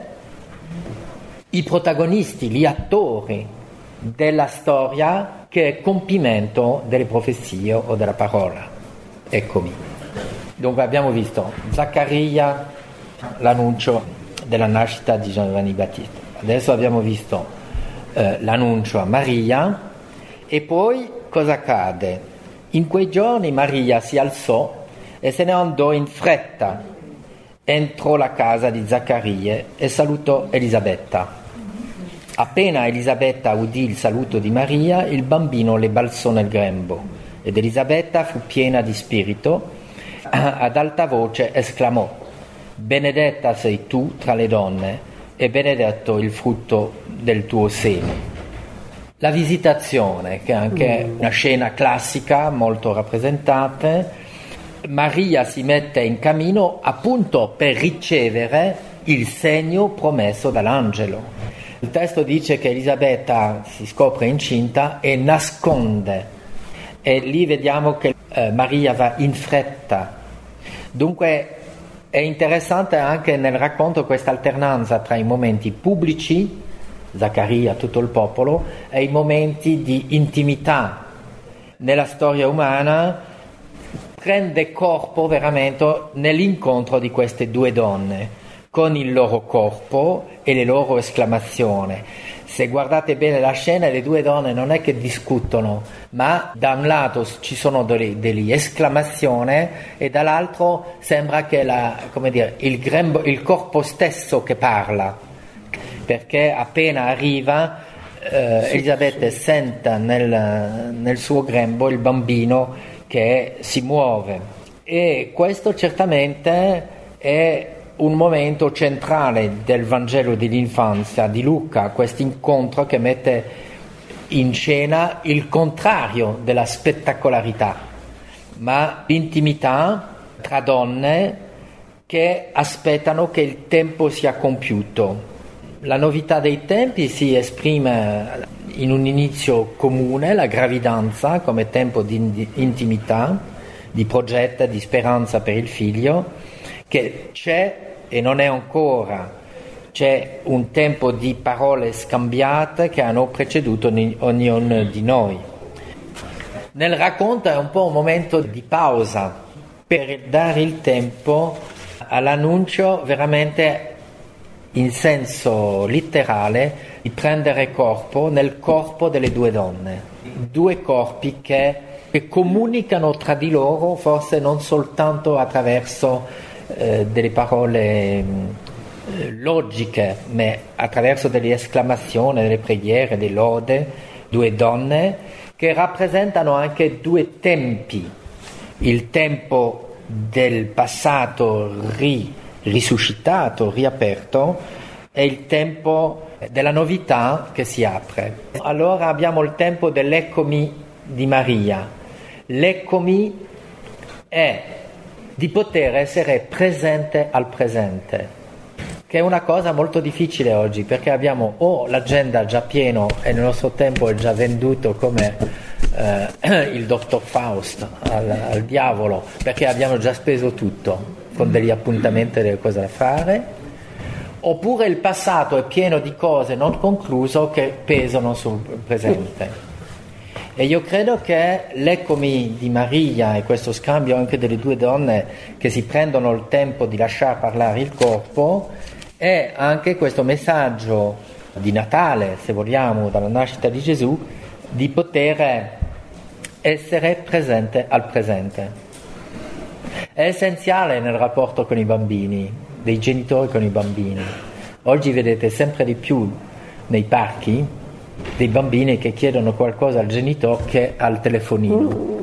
i protagonisti, gli attori della storia che è compimento delle profezie o della parola. Eccomi. Dunque abbiamo visto Zaccaria, l'annuncio della nascita di Giovanni Battista. Adesso abbiamo visto l'annuncio a Maria, e poi cosa accade? In quei giorni Maria si alzò e se ne andò in fretta, entrò la casa di Zaccaria e salutò Elisabetta. Appena Elisabetta udì il saluto di Maria, il bambino le balzò nel grembo, ed Elisabetta fu piena di spirito, ad alta voce esclamò: benedetta sei tu tra le donne, e benedetto il frutto del tuo seno. La visitazione, che è anche una scena classica molto rappresentata. Maria si mette in cammino appunto per ricevere il segno promesso dall'angelo. Il testo dice che Elisabetta si scopre incinta e nasconde, e lì vediamo che Maria va in fretta. Dunque è interessante anche nel racconto questa alternanza tra i momenti pubblici, Zaccaria, tutto il popolo, e i momenti di intimità. Nella storia umana prende corpo veramente nell'incontro di queste due donne, con il loro corpo e le loro esclamazioni. Se guardate bene la scena, le due donne non è che discutono, ma da un lato ci sono delle esclamazioni e dall'altro sembra che il corpo stesso che parla, perché appena arriva Elisabetta sente nel suo grembo il bambino che si muove, e questo certamente è un momento centrale del Vangelo dell'infanzia di Luca, questo incontro che mette in scena il contrario della spettacolarità, ma l'intimità tra donne che aspettano che il tempo sia compiuto. La novità dei tempi si esprime in un inizio comune, la gravidanza come tempo di intimità, di progetto, di speranza per il figlio, che c'è e non è ancora. C'è un tempo di parole scambiate che hanno preceduto ognuno di noi. Nel racconto è un po' un momento di pausa per dare il tempo all'annuncio veramente in senso letterale di prendere corpo nel corpo delle due donne. Due corpi che comunicano tra di loro, forse non soltanto attraverso delle parole logiche, ma attraverso delle esclamazioni, delle preghiere, delle lode, due donne che rappresentano anche due tempi, il tempo del passato risuscitato, riaperto, e il tempo della novità che si apre. Allora abbiamo il tempo dell'eccomi di Maria. L'eccomi è di poter essere presente al presente, che è una cosa molto difficile oggi, perché abbiamo l'agenda già pieno e nel nostro tempo è già venduto come il dottor Faust al diavolo, perché abbiamo già speso tutto con degli appuntamenti e delle cose da fare, oppure il passato è pieno di cose non concluse che pesano sul presente. E io credo che l'eccomi di Maria e questo scambio anche delle due donne che si prendono il tempo di lasciar parlare il corpo è anche questo messaggio di Natale, se vogliamo, dalla nascita di Gesù, di poter essere presente al presente. È essenziale nel rapporto con i bambini, dei genitori con i bambini. Oggi vedete sempre di più nei parchi dei bambini che chiedono qualcosa al genitore che al telefonino,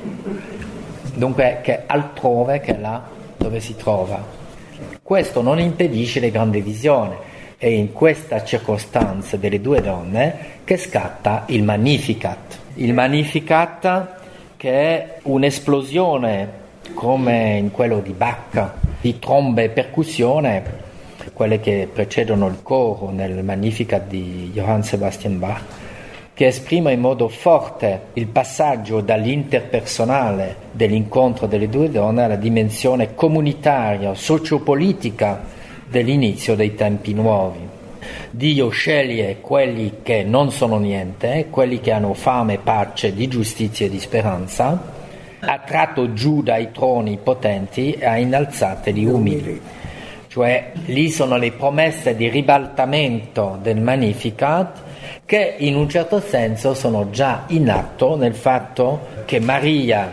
dunque che altrove che là dove si trova. Questo non impedisce le grandi visioni, è in questa circostanza delle due donne che scatta il Magnificat. Il Magnificat che è un'esplosione come in quello di Bach, di trombe e percussione, quelle che precedono il coro nel Magnificat di Johann Sebastian Bach, che esprime in modo forte il passaggio dall'interpersonale dell'incontro delle due donne alla dimensione comunitaria, sociopolitica dell'inizio dei tempi nuovi. Dio sceglie quelli che non sono niente, quelli che hanno fame, pace, di giustizia e di speranza, ha tratto giù dai troni potenti e ha innalzateli umili. Cioè lì sono le promesse di ribaltamento del Magnificat che in un certo senso sono già in atto nel fatto che Maria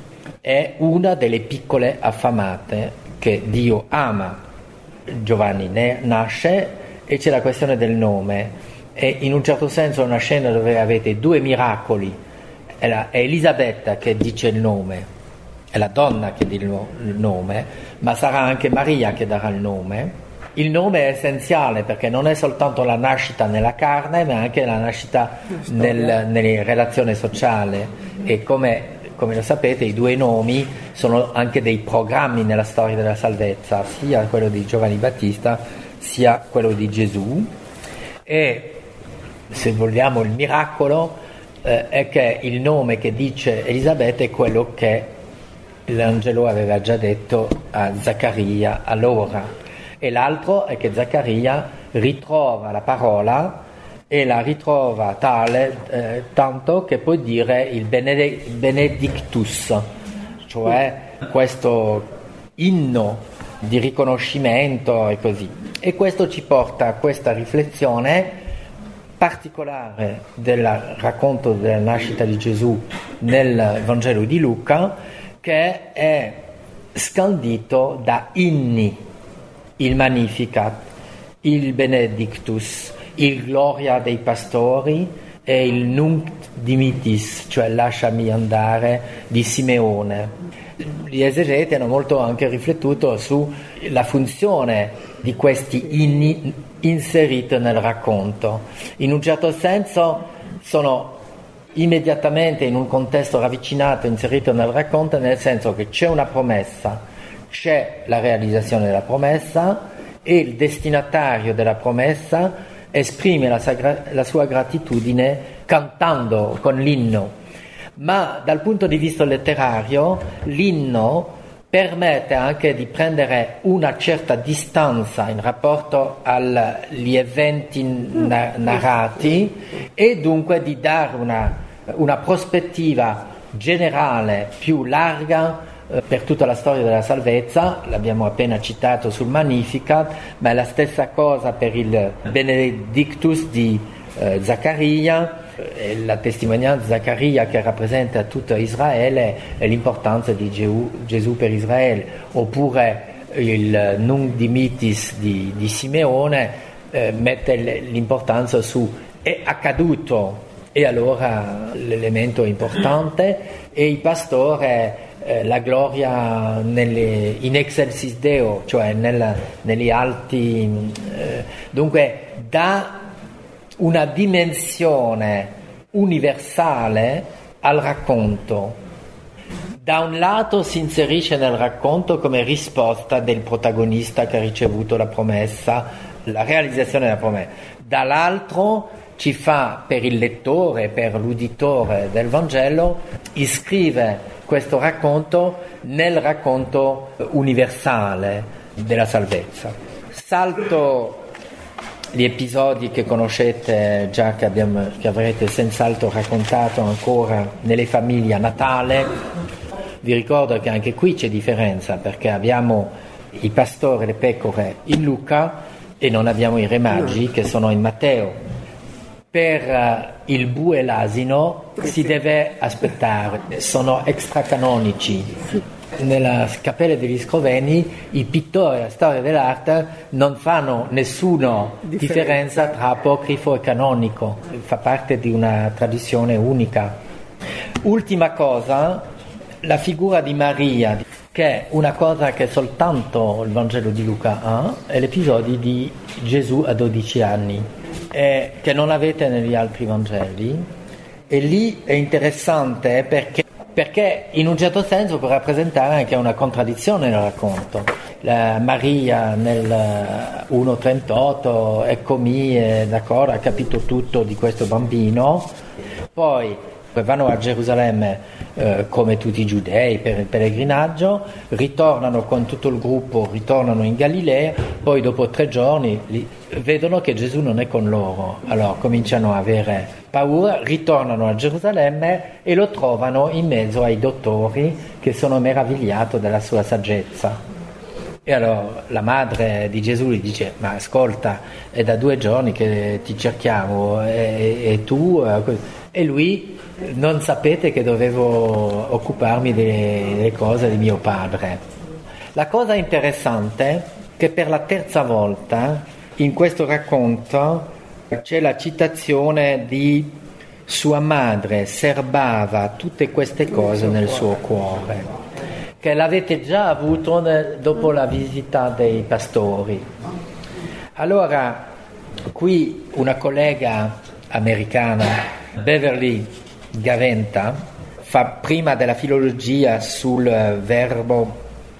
è una delle piccole affamate che Dio ama. Giovanni ne nasce e c'è la questione del nome, e in un certo senso è una scena dove avete due miracoli, è Elisabetta che dice il nome, è la donna che dice il nome, ma sarà anche Maria che darà il nome. Il nome è essenziale perché non è soltanto la nascita nella carne, ma anche la nascita nelle relazioni sociali, e come lo sapete i due nomi sono anche dei programmi nella storia della salvezza, sia quello di Giovanni Battista sia quello di Gesù. E se vogliamo il miracolo è che il nome che dice Elisabetta è quello che l'angelo aveva già detto a Zaccaria allora, e l'altro è che Zaccaria ritrova la parola e la ritrova tale tanto che può dire il benedictus, cioè questo inno di riconoscimento e così. E questo ci porta a questa riflessione particolare del racconto della nascita di Gesù nel Vangelo di Luca, che è scandito da inni: il Magnificat, il Benedictus, il Gloria dei pastori e il Nunc dimittis, cioè lasciami andare, di Simeone. Gli esegeti hanno molto anche riflettuto sulla funzione di questi inni inseriti nel racconto. In un certo senso sono immediatamente in un contesto ravvicinato, inserito nel racconto, nel senso che c'è una promessa, c'è la realizzazione della promessa e il destinatario della promessa esprime la sua gratitudine cantando con l'inno. Ma dal punto di vista letterario l'inno permette anche di prendere una certa distanza in rapporto agli eventi narrati e dunque di dare una prospettiva generale più larga per tutta la storia della salvezza. L'abbiamo appena citato sul Magnificat, ma è la stessa cosa per il Benedictus di Zaccaria, la testimonianza di Zaccaria che rappresenta tutto Israele e l'importanza di Gesù per Israele, oppure il Nunc dimittis di Simeone mette l'importanza su è accaduto, e allora l'elemento importante, e il pastore la gloria in excelsis Deo, cioè negli alti, dunque dà una dimensione universale al racconto. Da un lato si inserisce nel racconto come risposta del protagonista che ha ricevuto la promessa, la realizzazione della promessa, dall'altro ci fa, per il lettore, per l'uditore del Vangelo, iscrive questo racconto nel racconto universale della salvezza. Salto gli episodi che conoscete già, che avrete senz'altro raccontato ancora nelle famiglie a Natale. Vi ricordo che anche qui c'è differenza, perché abbiamo i pastori e le pecore in Luca e non abbiamo i re magi che sono in Matteo. Per il bue e l'asino si deve aspettare, sono extracanonici. Nella Cappella degli Scroveni i pittori della storia dell'arte non fanno nessuna differenza tra apocrifo e canonico, fa parte di una tradizione unica. Ultima cosa, la figura di Maria, che è una cosa che soltanto il Vangelo di Luca ha, è l'episodio di Gesù a 12 anni, che non avete negli altri Vangeli, e lì è interessante perché in un certo senso può rappresentare anche una contraddizione nel racconto. La Maria nel 1,38, eccomi, d'accordo, ha capito tutto di questo bambino, poi vanno a Gerusalemme come tutti i giudei per il pellegrinaggio, ritornano con tutto il gruppo, ritornano in Galilea, poi dopo 3 giorni vedono che Gesù non è con loro, allora cominciano a avere paura, ritornano a Gerusalemme e lo trovano in mezzo ai dottori che sono meravigliati della sua saggezza. E allora la madre di Gesù gli dice: ma ascolta, è da 2 giorni che ti cerchiamo e tu... E lui: non sapete che dovevo occuparmi delle cose di mio padre. La cosa interessante è che per la 3ª volta in questo racconto c'è la citazione di sua madre serbava tutte queste cose nel suo cuore, che l'avete già avuto dopo la visita dei pastori. Allora qui una collega americana, Beverly Gaventa, fa prima della filologia sul verbo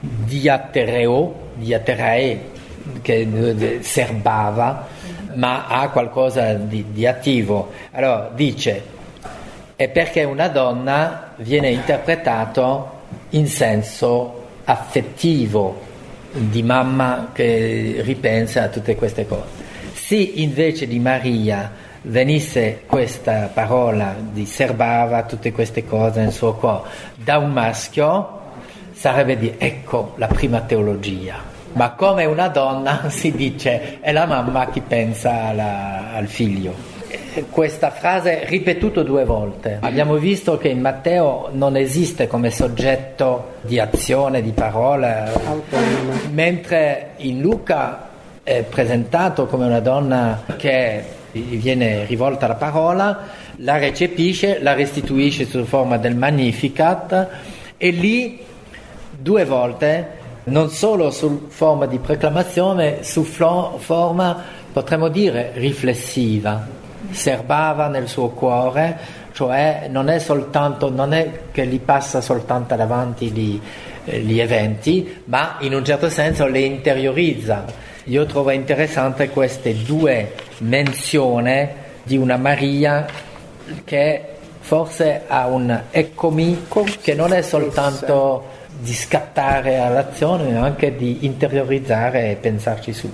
diaterae, che serbava, ma ha qualcosa di attivo. Allora dice: è perché una donna viene interpretato in senso affettivo, di mamma che ripensa a tutte queste cose. Se invece di Maria venisse questa parola di serbava tutte queste cose nel suo cuore da un maschio, sarebbe di ecco la prima teologia. Ma come una donna si dice è la mamma che pensa al figlio. Questa frase ripetuta 2 volte. Abbiamo visto che in Matteo non esiste come soggetto di azione, di parola, mentre in Luca è presentato come una donna che gli viene rivolta la parola, la recepisce, la restituisce sotto forma del Magnificat e lì 2 volte, non solo su forma di proclamazione, su forma, potremmo dire, riflessiva, serbava nel suo cuore, cioè non è che gli passa soltanto davanti gli eventi, ma in un certo senso le interiorizza. Io trovo interessante queste 2 menzioni di una Maria che forse ha un eccomi che non è soltanto di scattare all'azione, ma anche di interiorizzare e pensarci su.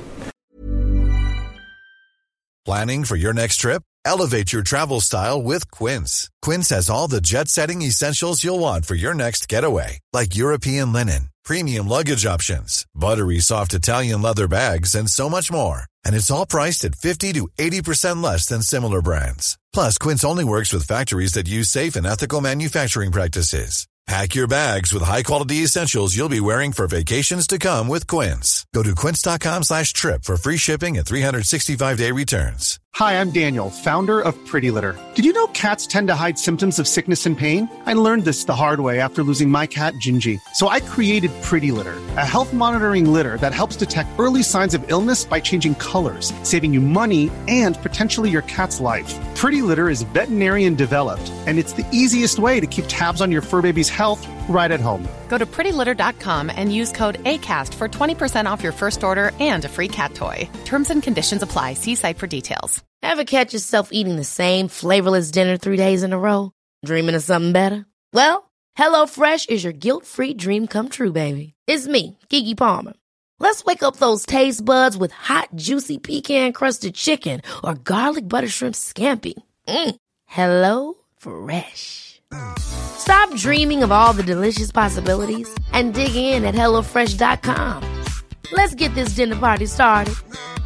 Planning for your next trip? Elevate your travel style with Quince. Quince has all the jet-setting essentials you'll want for your next getaway, like European linen, premium luggage options, buttery soft Italian leather bags, and so much more. And it's all priced at 50 to 80% less than similar brands. Plus, Quince only works with factories that use safe and ethical manufacturing practices. Pack your bags with high-quality essentials you'll be wearing for vacations to come with Quince. Go to quince.com/trip for free shipping and 365-day returns. Hi, I'm Daniel, founder of Pretty Litter. Did you know cats tend to hide symptoms of sickness and pain? I learned this the hard way after losing my cat, Gingy. So I created Pretty Litter, a health monitoring litter that helps detect early signs of illness by changing colors, saving you money and potentially your cat's life. Pretty Litter is veterinarian developed, and it's the easiest way to keep tabs on your fur baby's health right at home. Go to prettylitter.com and use code ACAST for 20% off your first order and a free cat toy. Terms and conditions apply. See site for details. Ever catch yourself eating the same flavorless dinner 3 days in a row? Dreaming of something better? Well, HelloFresh is your guilt-free dream come true, baby. It's me, Keke Palmer. Let's wake up those taste buds with hot, juicy pecan-crusted chicken or garlic butter shrimp scampi. Hello Fresh. Stop dreaming of all the delicious possibilities and dig in at HelloFresh.com. Let's get this dinner party started.